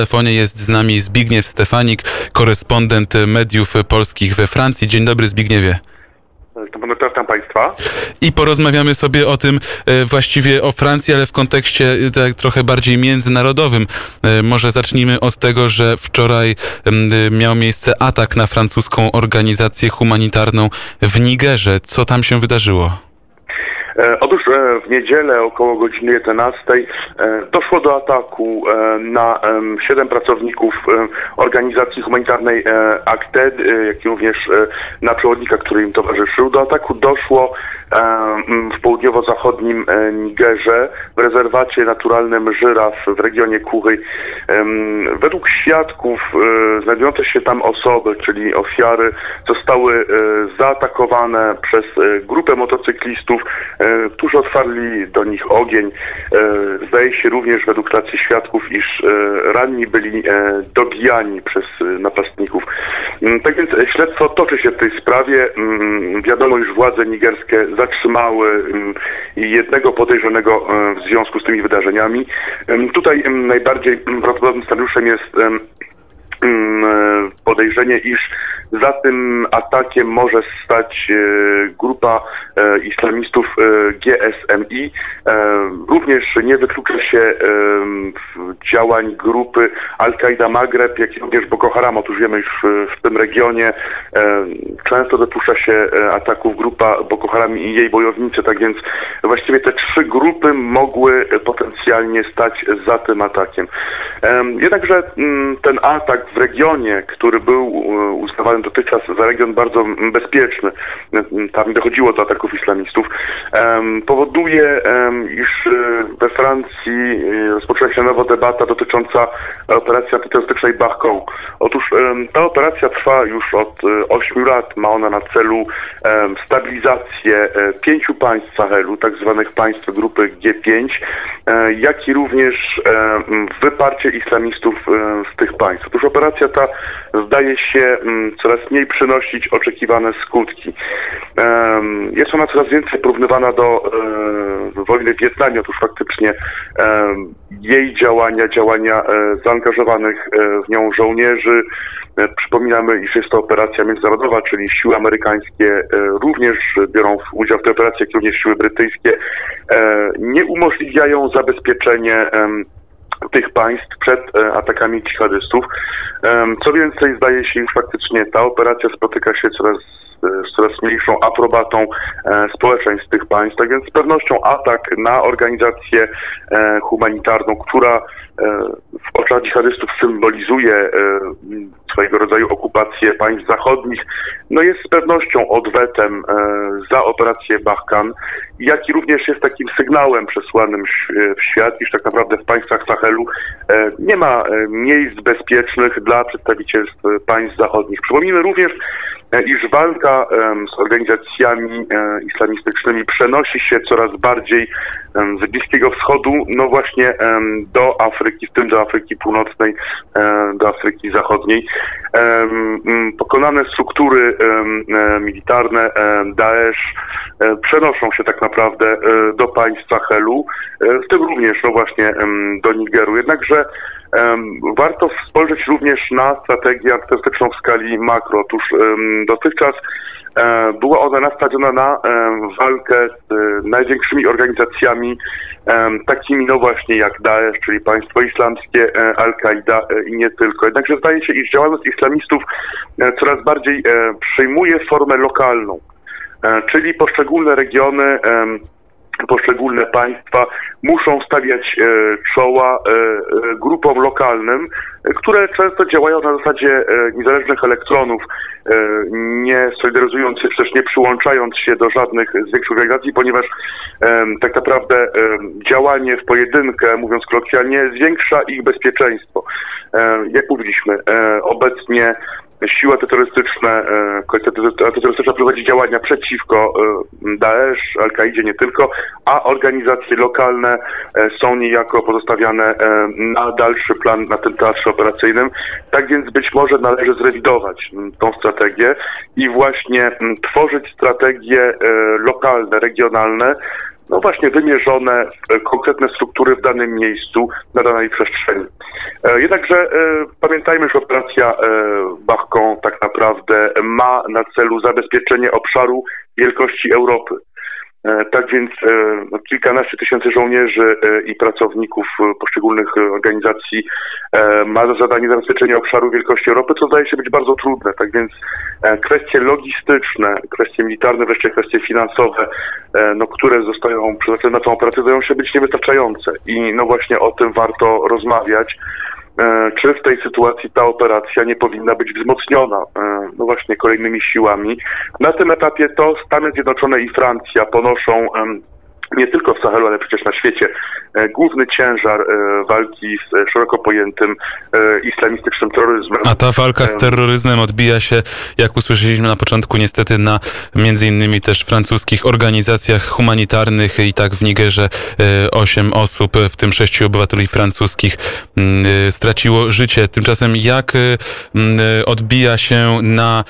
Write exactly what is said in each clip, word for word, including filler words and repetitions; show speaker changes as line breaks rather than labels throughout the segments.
W telefonie jest z nami Zbigniew Stefanik, korespondent mediów polskich we Francji. Dzień dobry, Zbigniewie.
Witam Państwa.
I porozmawiamy sobie o tym, właściwie o Francji, ale w kontekście tak trochę bardziej międzynarodowym. Może zacznijmy od tego, że wczoraj miał miejsce atak na francuską organizację humanitarną w Nigerze. Co tam się wydarzyło?
Otóż w niedzielę około godziny jedenastej doszło do ataku na siedem pracowników organizacji humanitarnej Acted, jak i również na przewodnika, który im towarzyszył. Do ataku doszło w południowo-zachodnim Nigerze, w rezerwacie naturalnym Żyraf w regionie Kury. Według świadków znajdujące się tam osoby, czyli ofiary, zostały zaatakowane przez grupę motocyklistów, którzy otwarli do nich ogień. Zdaje się również według relacji świadków, iż ranni byli dobijani przez napastników. Tak więc śledztwo toczy się w tej sprawie. Wiadomo, już władze nigerskie zatrzymały jednego podejrzanego w związku z tymi wydarzeniami. Tutaj najbardziej prawdopodobnym scenariuszem jest podejrzenie, iż za tym atakiem może stać grupa islamistów G S M I. Również nie wyklucza się działań grupy Al-Kaida Maghreb, jak i również Boko Haram. Otóż wiemy, iż w tym regionie często dopuszcza się ataków grupa Boko Haram i jej bojownicy, tak więc właściwie te trzy grupy mogły potencjalnie stać za tym atakiem. Jednakże ten atak w regionie, który był uznawany dotychczas za region bardzo bezpieczny, tam nie dochodziło do ataków islamistów, powoduje, iż we Francji rozpoczęła się nowa debata dotycząca operacji antyterrorystycznej Barkhane. Otóż ta operacja trwa już od ośmiu lat. Ma ona na celu stabilizację pięciu państw Sahelu, tak zwanych państw grupy G pięć, jak i również wyparcie islamistów z tych państw. Otóż operacja ta zdaje się coraz mniej przynosić oczekiwane skutki. Jest ona coraz więcej porównywana do wojny w Wietnamie. Otóż faktycznie jej działania, działania zaangażowanych w nią żołnierzy, przypominamy, iż jest to operacja międzynarodowa, czyli siły amerykańskie również biorą udział w tej operacji, jak również siły brytyjskie, nie umożliwiają zabezpieczenie tych państw przed atakami dżihadystów. Co więcej, zdaje się, już faktycznie ta operacja spotyka się coraz z coraz mniejszą aprobatą społeczeństw tych państw. Tak więc z pewnością atak na organizację humanitarną, która w oczach dżihadystów symbolizuje swojego rodzaju okupację państw zachodnich, no jest z pewnością odwetem za operację Barkhane, jak i również jest takim sygnałem przesłanym w świat, iż tak naprawdę w państwach Sahelu nie ma miejsc bezpiecznych dla przedstawicielstw państw zachodnich. Przypomnijmy również, iż walka z organizacjami islamistycznymi przenosi się coraz bardziej z Bliskiego Wschodu, no właśnie do Afryki, w tym do Afryki Północnej, do Afryki Zachodniej. Pokonane struktury militarne Daesh przenoszą się tak naprawdę do państw Sahelu, w tym również no właśnie do Nigeru. Jednakże warto spojrzeć również na strategię antyterrorystyczną w skali makro. Otóż dotychczas była ona nastawiona na walkę z największymi organizacjami, takimi no właśnie jak Daesh, czyli państwo islamskie, Al-Kaida i nie tylko. Jednakże zdaje się, iż działalność islamistów coraz bardziej przyjmuje formę lokalną, czyli poszczególne regiony, poszczególne państwa muszą stawiać e, czoła e, e, grupom lokalnym, e, które często działają na zasadzie e, niezależnych elektronów, e, nie solidaryzując się, czy też nie przyłączając się do żadnych z większych organizacji, ponieważ e, tak naprawdę e, działanie w pojedynkę, mówiąc kolokwialnie, zwiększa ich bezpieczeństwo. E, jak mówiliśmy, e, obecnie siła antyterrorystyczna, antyterrorystyczna prowadzi działania przeciwko Daesh, Al-Kaidzie nie tylko, a organizacje lokalne są niejako pozostawiane na dalszy plan na tym teatrze operacyjnym. Tak więc być może należy zrewidować tą strategię i właśnie tworzyć strategie lokalne, regionalne, no właśnie wymierzone w konkretne struktury w danym miejscu, na danej przestrzeni. Jednakże pamiętajmy, że operacja Barkhane tak naprawdę ma na celu zabezpieczenie obszaru wielkości Europy. Tak więc no, kilkanaście tysięcy żołnierzy i pracowników poszczególnych organizacji ma za zadanie zabezpieczenie obszaru wielkości Europy, co zdaje się być bardzo trudne. Tak więc kwestie logistyczne, kwestie militarne, wreszcie kwestie finansowe, no, które zostają przeznaczone na tę operację, zdają się być niewystarczające. I no właśnie o tym warto rozmawiać. Czy w tej sytuacji ta operacja nie powinna być wzmocniona, no właśnie kolejnymi siłami. Na tym etapie to Stany Zjednoczone i Francja ponoszą nie tylko w Sahelu, ale przecież na świecie główny ciężar walki z szeroko pojętym islamistycznym terroryzmem.
A ta walka z terroryzmem odbija się, jak usłyszeliśmy na początku, niestety na między innymi też francuskich organizacjach humanitarnych. I tak w Nigerze osiem osób, w tym sześciu obywateli francuskich, straciło życie. Tymczasem jak odbija się na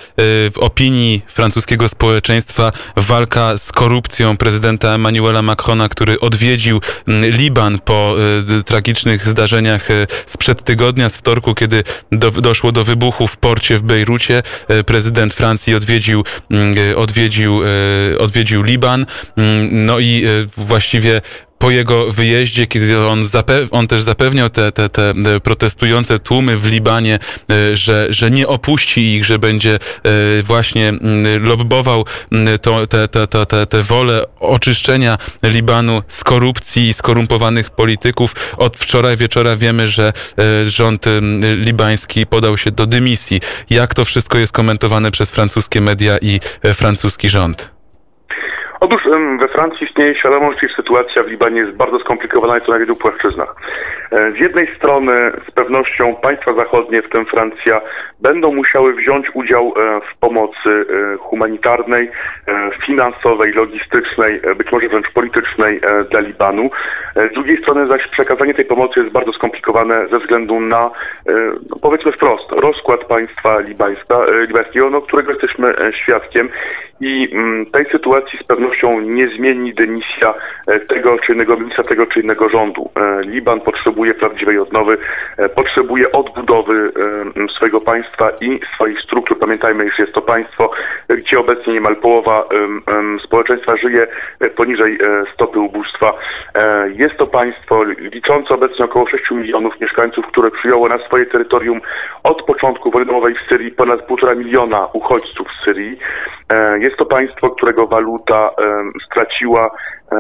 opinii francuskiego społeczeństwa walka z korupcją prezydenta Emmanuela Macrona, który odwiedził Liban po y, tragicznych zdarzeniach y, sprzed tygodnia, z wtorku, kiedy do, doszło do wybuchu w porcie w Bejrucie. Y, prezydent Francji odwiedził, y, odwiedził, y, odwiedził Liban. Y, no i y, właściwie po jego wyjeździe, kiedy on, zape- on też zapewniał te, te, te protestujące tłumy w Libanie, że, że nie opuści ich, że będzie właśnie lobbował to, te, te, te, te, te wolę oczyszczenia Libanu z korupcji i skorumpowanych polityków. Od wczoraj wieczora wiemy, że rząd libański podał się do dymisji. Jak to wszystko jest komentowane przez francuskie media i francuski rząd?
Otóż we Francji istnieje świadomość, iż sytuacja w Libanie jest bardzo skomplikowana i to na wielu płaszczyznach. Z jednej strony z pewnością państwa zachodnie, w tym Francja, będą musiały wziąć udział w pomocy humanitarnej, finansowej, logistycznej, być może wręcz politycznej dla Libanu. Z drugiej strony zaś przekazanie tej pomocy jest bardzo skomplikowane ze względu na, no powiedzmy wprost, rozkład państwa libańskiego, no, którego jesteśmy świadkiem. I tej sytuacji z pewnością nie zmieni dymisja tego czy innego ministra, tego czy innego rządu. Liban potrzebuje prawdziwej odnowy, potrzebuje odbudowy swojego państwa i swoich struktur. Pamiętajmy, iż jest to państwo, gdzie obecnie niemal połowa społeczeństwa żyje poniżej stopy ubóstwa. Jest to państwo liczące obecnie około sześciu milionów mieszkańców, które przyjęło na swoje terytorium od początku wojny domowej w Syrii ponad półtora miliona uchodźców z Syrii. Jest to państwo, którego waluta straciła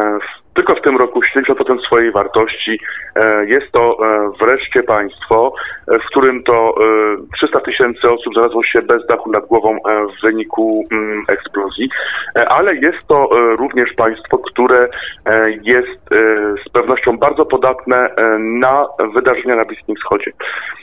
w, tylko w tym roku siedemdziesiąt procent swojej wartości. Jest to wreszcie państwo, w którym to trzysta tysięcy osób znalazło się bez dachu nad głową w wyniku eksplozji, ale jest to również państwo, które jest z pewnością bardzo podatne na wydarzenia na Bliskim Wschodzie.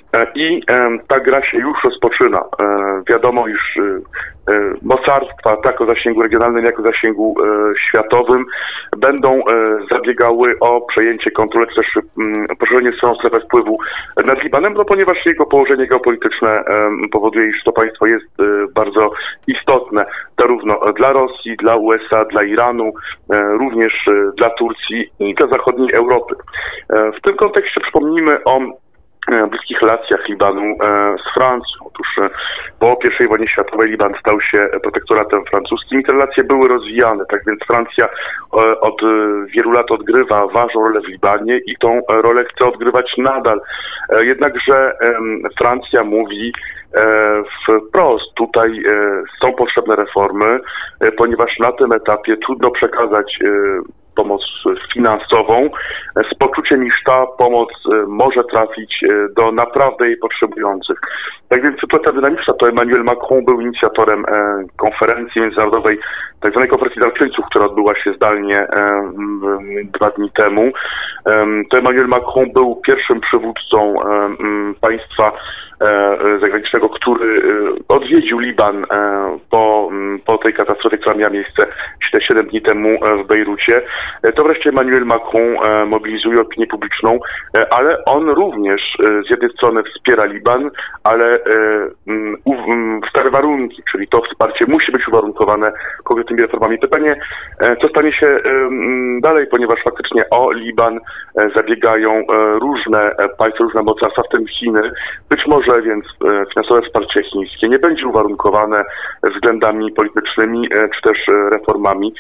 I ta gra się już rozpoczyna. Wiadomo, iż mocarstwa, tak o zasięgu regionalnym, jak o zasięgu światowym, będą zabiegały o przejęcie kontroli, czy też poszerzenie swoją strefę wpływu nad Libanem, no ponieważ jego położenie geopolityczne powoduje, iż to państwo jest bardzo istotne, zarówno dla Rosji, dla U S A, dla Iranu, również dla Turcji i dla zachodniej Europy. W tym kontekście przypomnijmy o bliskich relacjach Libanu z Francją. Otóż po pierwszej wojnie światowej Liban stał się protektoratem francuskim i te relacje były rozwijane, tak więc Francja od wielu lat odgrywa ważną rolę w Libanie i tą rolę chce odgrywać nadal. Jednakże Francja mówi wprost, tutaj są potrzebne reformy, ponieważ na tym etapie trudno przekazać pomoc finansową z poczuciem, iż ta pomoc może trafić do naprawdę jej potrzebujących. Tak więc sytuacja dynamiczna, to Emmanuel Macron był inicjatorem konferencji międzynarodowej, tak zwanej konferencji darczyńców, która odbyła się zdalnie dwa dni temu. To Emmanuel Macron był pierwszym przywódcą państwa zagranicznego, który odwiedził Liban po, po tej katastrofie, która miała miejsce siedem dni temu w Bejrucie. To wreszcie Emmanuel Macron mobilizuje opinię publiczną, ale on również z jednej strony wspiera Liban, ale stawia warunki, czyli to wsparcie musi być uwarunkowane konkretnymi reformami. Pytanie, co stanie się dalej, ponieważ faktycznie o Liban zabiegają różne państwa, różne mocarstwa, w tym Chiny. Być może więc finansowe wsparcie chińskie nie będzie uwarunkowane względami politycznymi czy też reformami.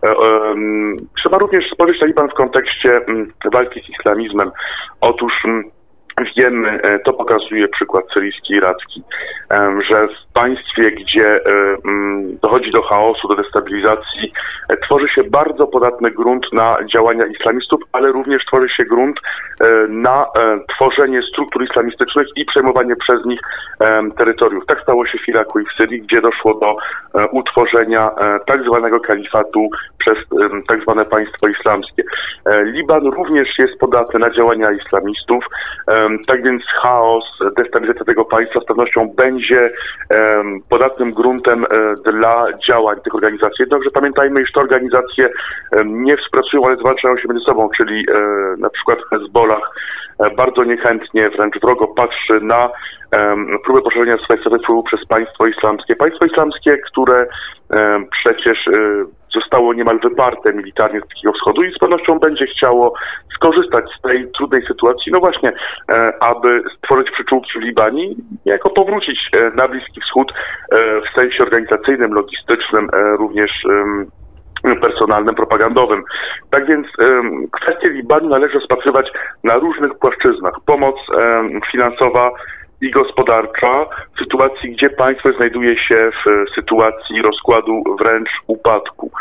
Trzeba również spojrzeć na Liban w kontekście walki z islamizmem. Otóż wiemy, to pokazuje przykład syryjski i iracki, że w państwie, gdzie dochodzi do chaosu, do destabilizacji, tworzy się bardzo podatny grunt na działania islamistów, ale również tworzy się grunt na tworzenie struktur islamistycznych i przejmowanie przez nich terytoriów. Tak stało się w Iraku i w Syrii, gdzie doszło do utworzenia tak zwanego kalifatu przez tak zwane państwo islamskie. Liban również jest podatny na działania islamistów. Tak więc chaos, destabilizacja tego państwa z pewnością będzie um, podatnym gruntem um, dla działań tych organizacji. Jednakże pamiętajmy, iż te organizacje um, nie współpracują, ale zwalczają się między sobą, czyli um, na przykład Hezbollah um, bardzo niechętnie, wręcz wrogo patrzy na um, próbę poszerzenia swojego wpływu przez państwo islamskie. Państwo islamskie, które um, przecież um, zostało niemal wyparte militarnie z Bliskiego Wschodu i z pewnością będzie chciało skorzystać z tej trudnej sytuacji, no właśnie, e, aby stworzyć przyczółki w Libanie, jako powrócić e, na Bliski Wschód e, w sensie organizacyjnym, logistycznym, e, również e, personalnym, propagandowym. Tak więc e, kwestię Libanu należy rozpatrywać na różnych płaszczyznach. Pomoc e, finansowa i gospodarcza w sytuacji, gdzie państwo znajduje się w sytuacji rozkładu, wręcz upadku.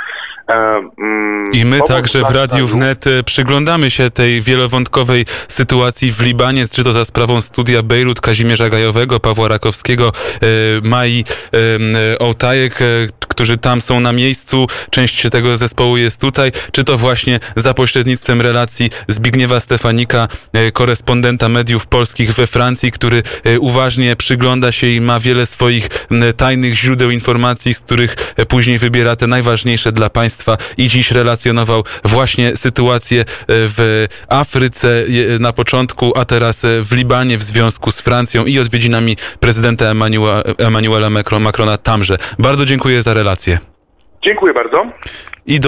I my także w Radiu Wnet przyglądamy się tej wielowątkowej sytuacji w Libanie, czy to za sprawą studia Bejrut Kazimierza Gajowego, Pawła Rakowskiego, Mai Ołtajek, którzy tam są na miejscu, część tego zespołu jest tutaj, czy to właśnie za pośrednictwem relacji Zbigniewa Stefanika, korespondenta mediów polskich we Francji, który uważnie przygląda się i ma wiele swoich tajnych źródeł informacji, z których później wybiera te najważniejsze dla państwa i dziś relacjonował właśnie sytuację w Afryce na początku, a teraz w Libanie w związku z Francją i odwiedzinami prezydenta Emmanuela Macrona tamże. Bardzo dziękuję za relację.
Dziękuję bardzo.